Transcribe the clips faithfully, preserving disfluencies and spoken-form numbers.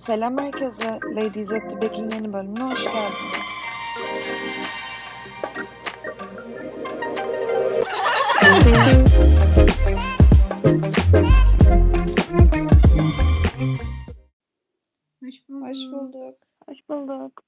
Selam herkese. Ladies at the Back'in yeni bölümüne hoş geldiniz. Hoş bulduk. Hoş bulduk. Hoş bulduk.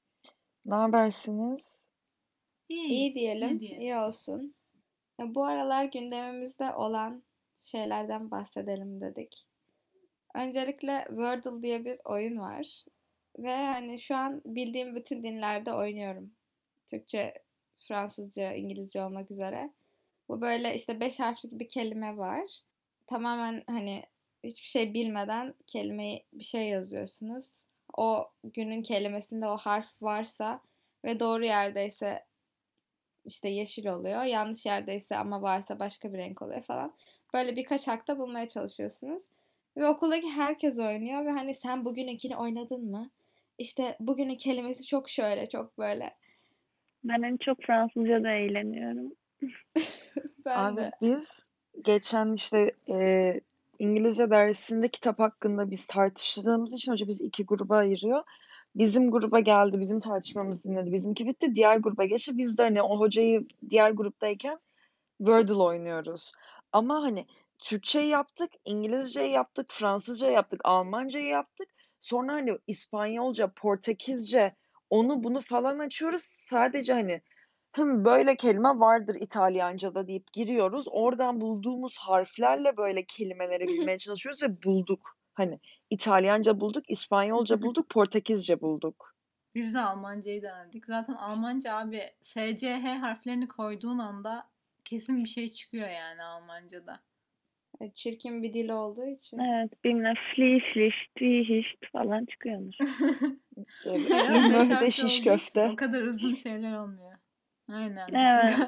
Ne habersiniz? İyi, İyi diyelim, diyelim. iyi olsun. Ya, bu aralar gündemimizde olan şeylerden bahsedelim dedik. Öncelikle Wordle diye bir oyun var. Ve hani şu an bildiğim bütün dillerde oynuyorum. Türkçe, Fransızca, İngilizce olmak üzere. Bu böyle işte beş harflik bir kelime var. Tamamen hani hiçbir şey bilmeden kelimeyi bir şey yazıyorsunuz. O günün kelimesinde o harf varsa ve doğru yerdeyse işte yeşil oluyor. Yanlış yerdeyse ama varsa başka bir renk oluyor falan. Böyle birkaç hakta bulmaya çalışıyorsunuz. Ve okuldaki herkes oynuyor ve hani sen bugününkini oynadın mı? İşte bugünün kelimesi çok şöyle, çok böyle. Ben en çok Fransızca'da eğleniyorum. Ben Abi de. biz geçen işte e, İngilizce dersinde kitap hakkında biz tartıştığımız için hoca bizi iki gruba ayırıyor. Bizim gruba geldi, bizim tartışmamızı dinledi. Bizimki bitti, diğer gruba geçti. Biz de hani o hocayı diğer gruptayken Wordle oynuyoruz. Ama hani Türkçeyi yaptık, İngilizceyi yaptık, Fransızcayı yaptık, Almancayı yaptık. Sonra hani İspanyolca, Portekizce onu bunu falan açıyoruz. Sadece hani hım böyle kelime vardır İtalyanca'da deyip giriyoruz. Oradan bulduğumuz harflerle böyle kelimeleri bilmeye çalışıyoruz ve bulduk. Hani İtalyanca bulduk, İspanyolca bulduk, Portekizce bulduk. Biz de Almancayı denedik. Zaten Almanca abi S C H harflerini koyduğun anda kesin bir şey çıkıyor yani Almanca'da. Çirkin bir dil olduğu için. Evet, benimle fließlich, twihicht falan çıkıyormuş. Evet. Hayır, İyi beş köfte, harfli şiş olduğu için köfte. o kadar uzun şeyler olmuyor. Aynen. Evet.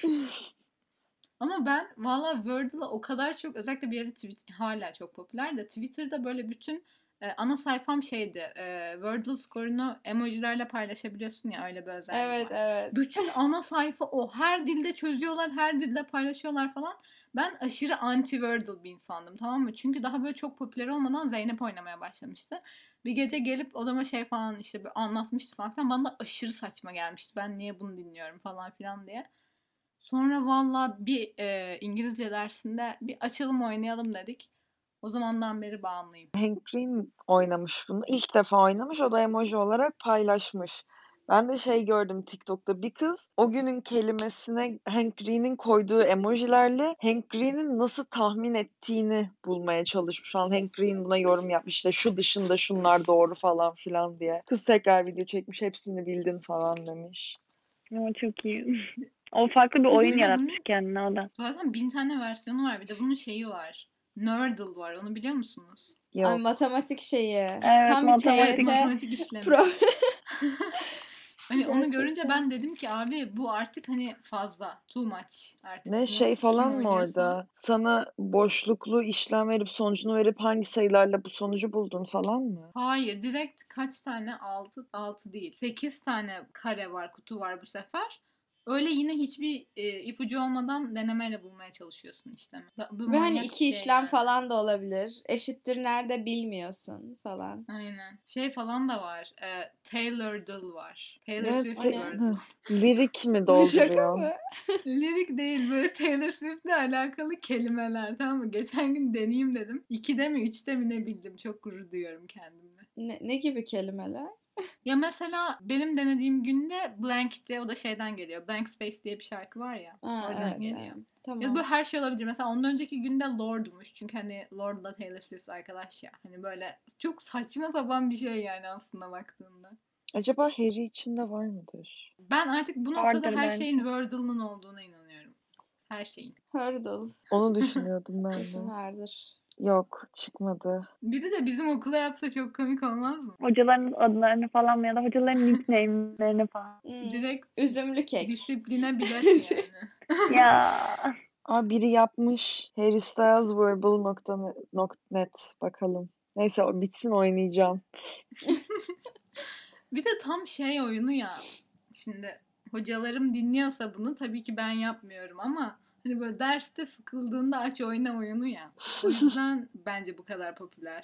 Ama ben valla Wordle'a o kadar çok, özellikle bir ara Twitter hala çok popüler de Twitter'da böyle bütün e, ana sayfam şeydi. E, Wordle skorunu emojilerle paylaşabiliyorsun ya, öyle bir özelliği Evet, var. evet. Bütün ana sayfa o. Her dilde çözüyorlar, her dilde paylaşıyorlar falan. Ben aşırı anti Wordle bir insandım, tamam mı? Çünkü daha böyle çok popüler olmadan Zeynep oynamaya başlamıştı. Bir gece gelip odama şey falan işte böyle anlatmıştı falan filan. Bana da aşırı saçma gelmişti. Ben niye bunu dinliyorum falan filan diye. Sonra valla bir e, İngilizce dersinde bir açalım oynayalım dedik. O zamandan beri bağımlıyım. Hank Green oynamış bunu. İlk defa oynamış. O da emoji olarak paylaşmış. Ben de şey gördüm TikTok'ta. Bir kız o günün kelimesine Hank Green'in koyduğu emojilerle Hank Green'in nasıl tahmin ettiğini bulmaya çalışmış falan. Hank Green buna yorum yapmış. İşte şu dışında şunlar doğru falan filan diye. Kız tekrar video çekmiş. Hepsini bildin falan demiş. Ama çok iyi. O farklı bir oyun Bir de yaratmış bunun kendine o da. zaten bin tane versiyonu var. Bir de bunun şeyi var. Nerdle var. Onu biliyor musunuz? Ay, Yok. matematik şeyi. Evet, Tam bir matematik. T Y T Matematik işlemi. pro. Hani onu görünce Gerçekten. ben dedim ki abi bu artık hani fazla. Too much. Artık Ne bunu şey kim falan mı oynuyorsa. orada? Sana boşluklu işlem verip sonucunu verip hangi sayılarla bu sonucu buldun falan mı? Hayır, direkt kaç tane? altı altı değil. sekiz tane kare var, kutu var bu sefer. Öyle yine hiçbir e, ipucu olmadan denemeyle bulmaya çalışıyorsun işte. Da- Bu Ve hani manyak bir iki şey işlem yani. falan da olabilir. Eşittir nerede bilmiyorsun falan. Aynen. Şey falan da var. E, Taylor Dill var. Taylor Ne Swift O te- ne? Wordle. hı, lirik mi Bu şaka dolduruyorsun? mı? Lirik değil, böyle Taylor Swift'le alakalı kelimeler, tamam mı? Geçen gün deneyeyim dedim. ikide mi üçte mi ne bildim. Çok gurur duyuyorum kendimle. Ne, ne gibi kelimeler? Ya mesela benim denediğim günde Blank'ti, o da şeyden geliyor. Blank Space diye bir şarkı var ya. Ha, Oradan evet, geliyor. evet. Ya da böyle Tamam. her şey olabilir. Mesela ondan önceki günde Lord'muş. Çünkü hani Lord'la Taylor Swift arkadaş ya. Hani böyle çok saçma sapan bir şey yani aslında baktığında. Acaba Harry içinde var mıdır? Ben artık bu noktada Vardır her bence. şeyin Wordle'ın olduğuna inanıyorum. Her şeyin. Hurdle. Onu düşünüyordum ben Kesin de. vardır. Yok, çıkmadı. Biri de bizim okula yapsa çok komik olmaz mı? Hocaların adlarını falan mı ya da hocaların nickname'lerini falan. Hmm. Direkt Üzümlü kek. disipline bilet yani. Ya Aa, biri yapmış. Harry Styles Verbal nokta net. Bakalım. Neyse o bitsin oynayacağım. Bir de tam şey oyunu ya. Şimdi hocalarım dinliyorsa bunu tabii ki ben yapmıyorum ama hani böyle derste sıkıldığında aç oyna oyunu ya. O yüzden bence bu kadar popüler.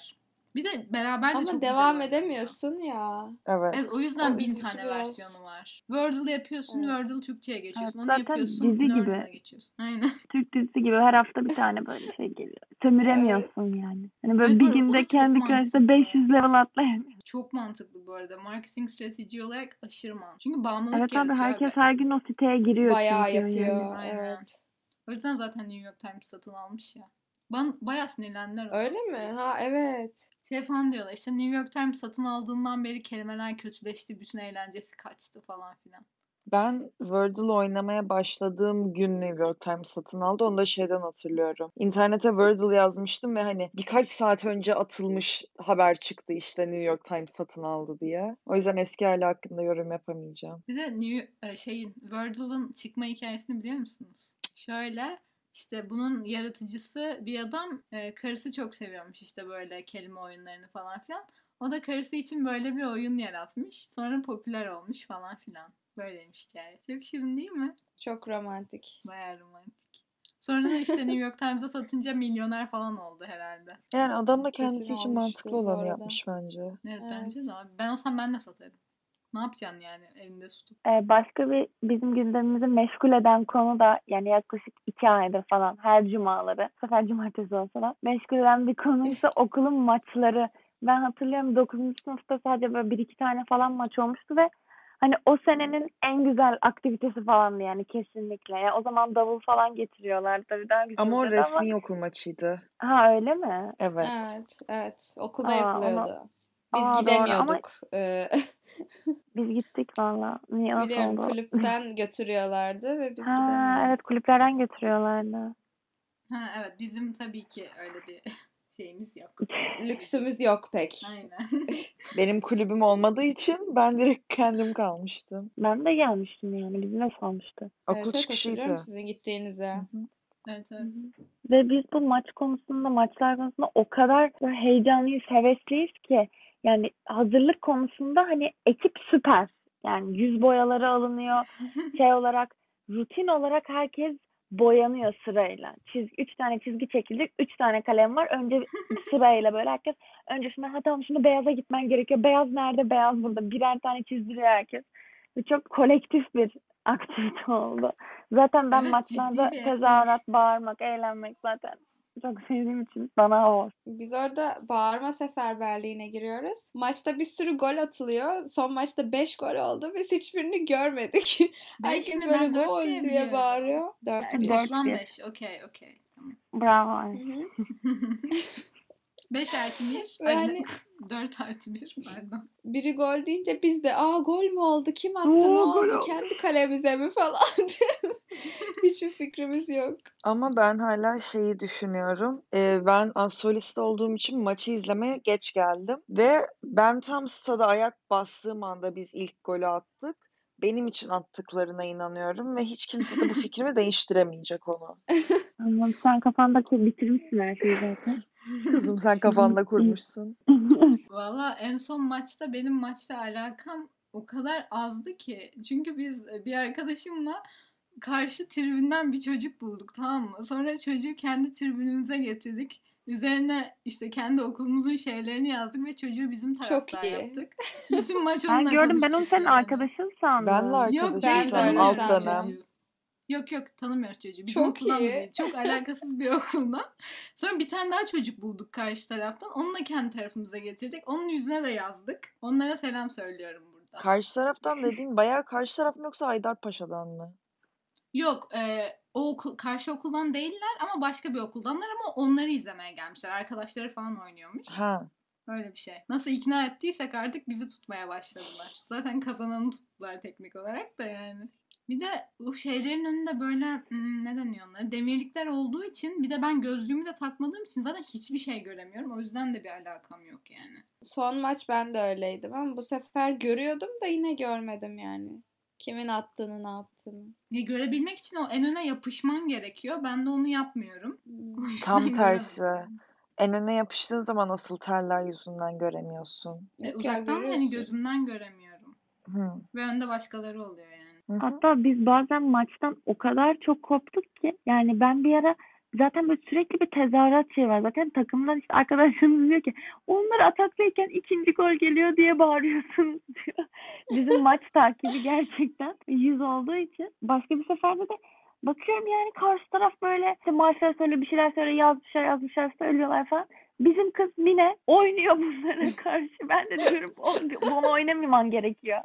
Bir de beraber de Ama çok güzel devam oynanıyor. edemiyorsun ya. Evet. Evet, o yüzden O bin üzücü tane biraz. versiyonu var. Wordle yapıyorsun, Evet. Wordle Türkçe'ye Evet, geçiyorsun. Onu zaten yapıyorsun, dizi gibi. Nerdle'a geçiyorsun. Aynen. Türk dizisi gibi her hafta bir tane böyle şey geliyor. Sömüremiyorsun yani. Hani böyle Evet, bu bir arada o günde da çok kendi Crush'ta mantıklı. beş yüz level atlayamıyorsun. Çok mantıklı bu arada. Marketing strateji olarak aşırı mantıklı. Çünkü bağımlılık Evet abi, yaratıyor herkes abi. her gün o siteye giriyor Bayağı çünkü yani. yapıyor. Aynen. Evet. O yüzden zaten New York Times satın almış ya. Ben bayağı sinirlendiler ona. Öyle mi? Ha evet. Şey falan diyorlar işte, New York Times satın aldığından beri kelimeler kötüleşti, bütün eğlencesi kaçtı falan filan. Ben Wordle oynamaya başladığım gün New York Times satın aldı. Onu da şeyden hatırlıyorum. İnternete Wordle yazmıştım ve hani birkaç saat önce atılmış haber çıktı işte New York Times satın aldı diye. O yüzden eski hali hakkında yorum yapamayacağım. Bir de New, e, şeyin Wordle'ın çıkma hikayesini biliyor musunuz? Şöyle, işte bunun yaratıcısı bir adam, e, karısı çok seviyormuş işte böyle kelime oyunlarını falan filan. O da karısı için böyle bir oyun yaratmış. Sonra popüler olmuş falan filan. Böyleymiş hikaye. Çok şirin değil mi? Çok romantik. Bayağı romantik. Sonra da işte New York Times'a satınca milyoner falan oldu herhalde. Yani adam da kendisi Kesin için mantıklı olmuştur bu olanı arada. yapmış bence. Evet, Evet. bence de abi. Ben olsam ben de satarım. Ne yapacaksın yani elinde tutup? Ee, başka bir bizim gündemimizi meşgul eden konu da yani yaklaşık iki aydır falan her cumaları, bu sefer cumartesi olsa da meşgul eden bir konuysa okulun maçları. Ben hatırlıyorum dokuzuncu sınıfta sadece böyle bir iki tane falan maç olmuştu ve hani o senenin en güzel aktivitesi falandı yani kesinlikle. Yani o zaman davul falan getiriyorlardı tabii, daha güzel Ama o oluyordu ama. resmi okul maçıydı. Ha öyle mi? Evet. Evet, evet. Okulda Aa, yapılıyordu. Biz Aa, doğru ama gidemiyorduk. Ee, biz gittik valla. Niye, nasıl biliyorum, oldu? kulüpten götürüyorlardı ve biz Ha gidemiyorduk. evet, kulüplerden götürüyorlardı. Ha evet, bizim tabii ki öyle bir şeyimiz yok. Lüksümüz yok pek. Aynen. Benim kulübüm olmadığı için ben direkt kendim kalmıştım. Ben de gelmiştim yani. Bizi de salmıştı. Okul Evet, evet, hatırlıyorum çıkışıydı. sizin gittiğinize. Hı hı. Evet evet. Ve biz bu maç konusunda, maçlar konusunda o kadar böyle heyecanlıyız, hevesliyiz ki yani hazırlık konusunda hani ekip süper. Yani yüz boyaları alınıyor. Şey olarak, rutin olarak herkes boyanıyor sırayla. Çizgi, üç tane çizgi çekilecek, üç tane kalem var. Önce sırayla böyle herkes öncesinde ha tamam şimdi beyaza gitmen gerekiyor. Beyaz nerede? Beyaz burada. Birer tane çizdiriyor herkes. Ve çok kolektif bir aktivite oldu. Zaten ben Evet, maçlarda ciddi bir efor. tezahürat, bağırmak, eğlenmek zaten çok sevdiğim için bana o. Biz orada bağırma seferberliğine giriyoruz. Maçta bir sürü gol atılıyor. Son maçta beş gol oldu. Biz hiçbirini görmedik. Beş Herkes mi? böyle Ben dört gol diye diye biliyorum. bağırıyor. Dört bir. Dört Toplam bir. beş. Okey okey. Tamam. Bravo. Hı hı. beş artı bir. Ve hani dört artı bir pardon. biri gol deyince biz de aa gol mü oldu? Kim attı? Ne Oo, gol oldu? oldu. Kendi kalemize mi falan diye. Hiçbir fikrimiz yok. Ama ben hala şeyi düşünüyorum. Ee, ben asolist olduğum için maçı izlemeye geç geldim. Ve ben tam stada ayak bastığım anda biz ilk golü attık. Benim için attıklarına inanıyorum ve hiç kimse de bu fikrimi değiştiremeyecek onu. Ama sen kafandaki bitirmişsin her şeyi zaten. Kızım sen kafanda kurmuşsun. Valla en son maçta benim maçla alakam o kadar azdı ki. Çünkü biz bir arkadaşımla karşı tribünden bir çocuk bulduk, tamam mı? Sonra çocuğu kendi tribünümüze getirdik. Üzerine işte kendi okulumuzun şeylerini yazdık ve çocuğu bizim Çok taraftar iyi. yaptık. Bütün maç Ben onunla gördüm, ben onu konuştuk senin yani. arkadaşın sandım. Ben de Yok, arkadaşım Ben değil, de öyle sandım alt tanımıyoruz sandım. dönem. çocuğu. Yok yok, tanımıyoruz çocuğu. Bizim Çok okuldan da iyi. değil. Çok alakasız bir okuldan. Sonra bir tane daha çocuk bulduk karşı taraftan. Onu da kendi tarafımıza getirdik. Onun yüzüne de yazdık. Onlara selam söylüyorum burada. Karşı taraftan dediğin bayağı karşı taraf mı yoksa Haydarpaşa'dan mı? Yok, e, o okul, karşı okuldan değiller ama başka bir okuldanlar, ama onları izlemeye gelmişler. Arkadaşları falan oynuyormuş. Ha. Öyle bir şey. Nasıl ikna ettiysek artık bizi tutmaya başladılar. Zaten kazananı tuttular teknik olarak da yani. Bir de bu şeylerin önünde böyle hmm, ne deniyor onlara? Demirlikler olduğu için, bir de ben gözlüğümü de takmadığım için zaten hiçbir şey göremiyorum. O yüzden de bir alakam yok yani. Son maç ben de öyleydim ama bu sefer görüyordum da yine görmedim yani. Kimin attığını, ne yaptığını. Ya görebilmek için o en öne yapışman gerekiyor. Ben de onu yapmıyorum. Hmm. O yüzden Tam tersi. göremedim. En öne yapıştığın zaman asıl terler yüzünden göremiyorsun. E, Yok ya, uzaktan da hani görüyorsun. gözümden göremiyorum. Hı. Ve önde başkaları oluyor yani. Hı hı. Hatta biz bazen maçtan o kadar çok koptuk ki yani ben bir ara zaten böyle sürekli bir tezahürat şey var. Zaten takımdan işte arkadaşlarımız diyor ki onlar ataktayken ikinci gol geliyor diye bağırıyorsun diyor. Bizim maç takibi gerçekten yüz olduğu için. Başka bir seferde de bakıyorum yani karşı taraf böyle işte maçlar söyle bir şeyler söyle yazmışlar yazmışlar söylüyorlar falan. Bizim kız Mine oynuyor bunlara karşı. Ben de diyorum bunu oynamaman gerekiyor.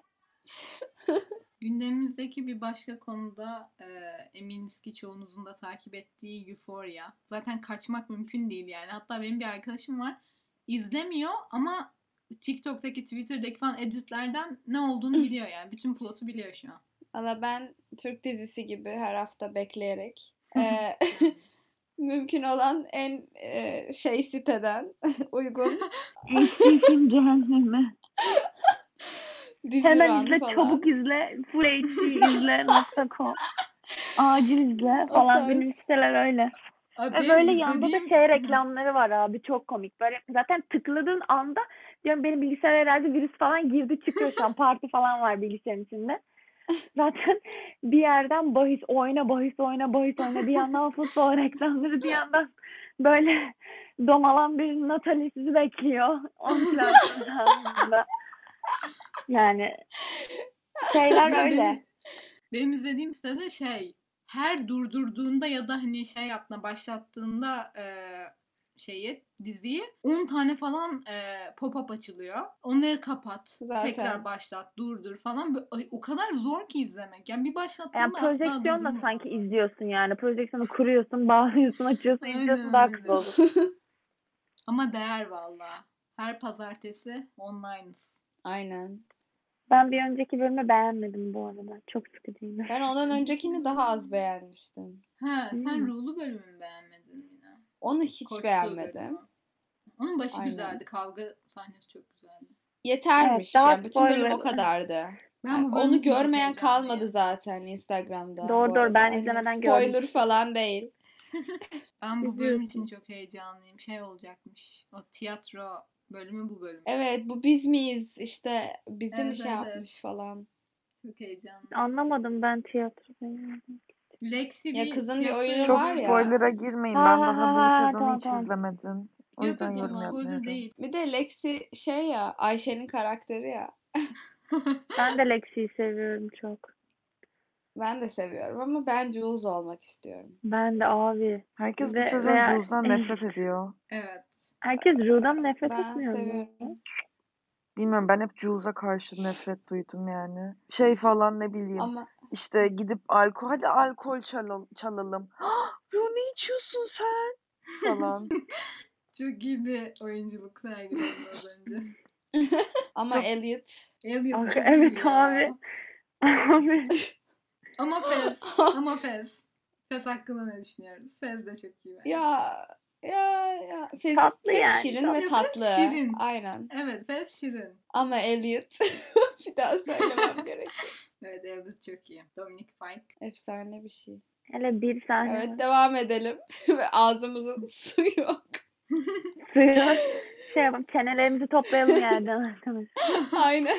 Gündemimizdeki bir başka konuda e, eminiz ki çoğunuzun da takip ettiği Euphoria. Zaten kaçmak mümkün değil yani. Hatta benim bir arkadaşım var. İzlemiyor ama TikTok'taki, Twitter'daki falan editlerden ne olduğunu biliyor yani. Bütün plotu biliyor şu an. Valla ben Türk dizisi gibi her hafta bekleyerek eee, mümkün olan en eee, şey siteden uygun H D'sin cehennemi. dizi Hemen run izle, falan. çabuk izle, full H D izle nokta com. Acil izle O falan tarz. benim siteler öyle. Abi Ve benim böyle yanda da izlediğim... şey reklamları var abi çok komik. Böyle zaten tıkladığın anda diyorum benim bilgisayar herhalde virüs falan girdi çıkıyor şu an. Parti falan var bilgisayarın içinde. Zaten bir yerden bahis oyna bahis oyna bahis oyna bir yandan futbol reklamları bir yandan böyle domalan bir Natalie sizi bekliyor. on kilometre yani şeyler Ya öyle. benim, benim izlediğim sitede şey, her durdurduğunda ya da hani şey yaptığında, başlattığında e, şeyi, diziyi on tane falan e, pop-up açılıyor. Onları kapat, Zaten. tekrar başlat, durdur falan. Böyle, ay, o kadar zor ki izlemek. Yani bir başlattığında Yani asla projeksiyonla durdurmaman sanki lazım. izliyorsun yani. Projeksiyonu kuruyorsun, bağlıyorsun, açıyorsun, izliyorsun Aynen daha öyle. kısa olur. Ama değer valla. Her pazartesi online'ız. Aynen. Ben bir önceki bölümü beğenmedim bu arada. Çok sıkıcıydı. Ben ondan öncekini daha az beğenmiştim. Ha, sen Hmm. Rule'u bölümünü beğenmedin yine. Onu hiç Koştuğu beğenmedim. bölümü. Onun başı Aynen. güzeldi. Kavga sahnesi çok güzeldi. Yetermiş. Evet, daha yani bütün bölüm o spoiler. kadardı. Ben Yani bu bölüm onu için çok görmeyen heyecanlıyım. kalmadı zaten Instagram'da. Doğru bu doğru arada. ben Hani izlemeden gördüm. spoiler falan değil. Ben bu bölüm için İzliyorsun. çok heyecanlıyım. Şey olacakmış. O tiyatro bölümü bu bölüm. Evet bu biz miyiz? İşte bizim Evet, şey evet, yapmış falan. Çok heyecanlı. Anlamadım ben tiyatroyu. Lexi Ya bir kızın bir tiyatro oyunu Çok var ya. spoiler'a girmeyin. Ha Ben ha daha ha bu ha sezonu tamam hiç tamam. izlemedim. O Yok yüzden yok çok yorum Tamam. spoiler yapmıyorum. değil. Bir de Lexi şey ya Ayşe'nin karakteri ya. Ben de Lexi'yi seviyorum çok. Ben de seviyorum ama ben Jules olmak istiyorum. Ben de abi. Herkes bu Ve sezon veya Jules'dan nefret ediyor. Evet. herkes Ru'dan nefret Ben etmiyor mu? seviyorum. Bilmiyorum ben hep Jules'a karşı nefret duydum yani. Şey falan ne bileyim. Ama İşte gidip alkol hadi alkol çalal- çalalım. Ru ne içiyorsun sen? Falan. Çok iyi bir oyunculuk sergiledin az önce. ama Çok- Elliot Elliot Abi, çok evet iyi ya. abi. Abi. Ama Fez. Ama Fez. Fez hakkında ne düşünüyoruz? Fez de çok iyi bence. ya ya ya Fez, Tatlı Fez yani, şirin tatlı. ve Ya Fez tatlı. şirin. Aynen. Evet, Fez şirin. Ama Elliot bir daha söylemem gerekiyor. Evet, Elliot çok iyi. Dominic Fike. Efsane bir şey. Hele bir sahne Evet var. devam edelim. Ve ağzımızın suyu yok. Suyu şey yapalım çenelerimizi toplayalım yerden arkadaşlar. Aynen.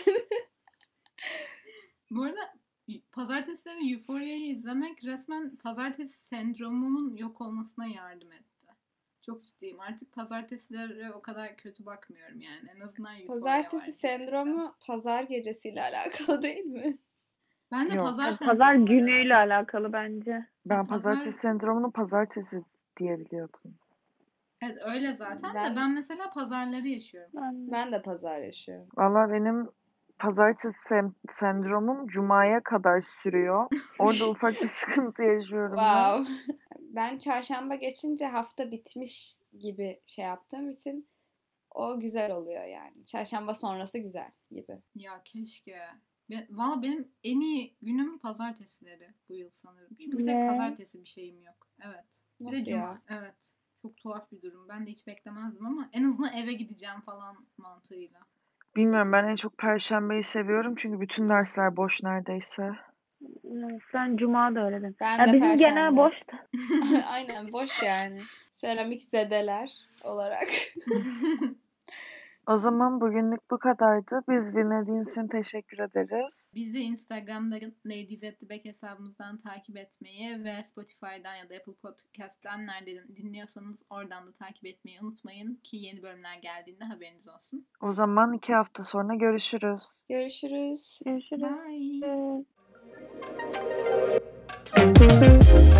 Bu arada pazartesileri Euphoria'yı izlemek resmen pazartesi sendromumun yok olmasına yardım etti. Çok ciddiyim. Artık pazartesilere o kadar kötü bakmıyorum yani. En azından Euphoria Pazartesi var. sendromu pazar gecesiyle alakalı değil mi? Ben de Yok. pazar Yani sendromu pazar var, günüyle evet. alakalı bence. Ben Pazar- pazartesi sendromunu pazartesi diye biliyordum. Evet öyle zaten Ben- de ben mesela pazarları yaşıyorum. Ben, Ben de pazar yaşıyorum. Valla benim pazartesi sem- sendromum cumaya kadar sürüyor. Orada ufak bir sıkıntı yaşıyorum ben. Wow. Ben çarşamba geçince hafta bitmiş gibi şey yaptığım için o güzel oluyor yani. Çarşamba sonrası güzel gibi. Ya keşke. Be- Valla benim en iyi günüm pazartesileri bu yıl sanırım. Çünkü bir tek Ne? pazartesi bir şeyim yok. Evet. Bir de Nasıl cuma. ya? Evet. Çok tuhaf bir durum. Ben de hiç beklemezdim ama en azından eve gideceğim falan mantığıyla. Bilmiyorum ben en çok perşembeyi seviyorum çünkü bütün dersler boş neredeyse. sen cuma da öyle dedin. Ben Ya de bizim perşembe. genel boştu. Aynen boş yani. Seramik zedeler olarak. O zaman bugünlük bu kadardı. Biz dinlediğiniz için teşekkür ederiz. Bizi Instagram'da Ladies at the Back hesabımızdan takip etmeyi ve Spotify'dan ya da Apple Podcast'ten nerede dinliyorsanız oradan da takip etmeyi unutmayın ki yeni bölümler geldiğinde haberiniz olsun. O zaman iki hafta sonra görüşürüz. Görüşürüz. Görüşürüz. Bye.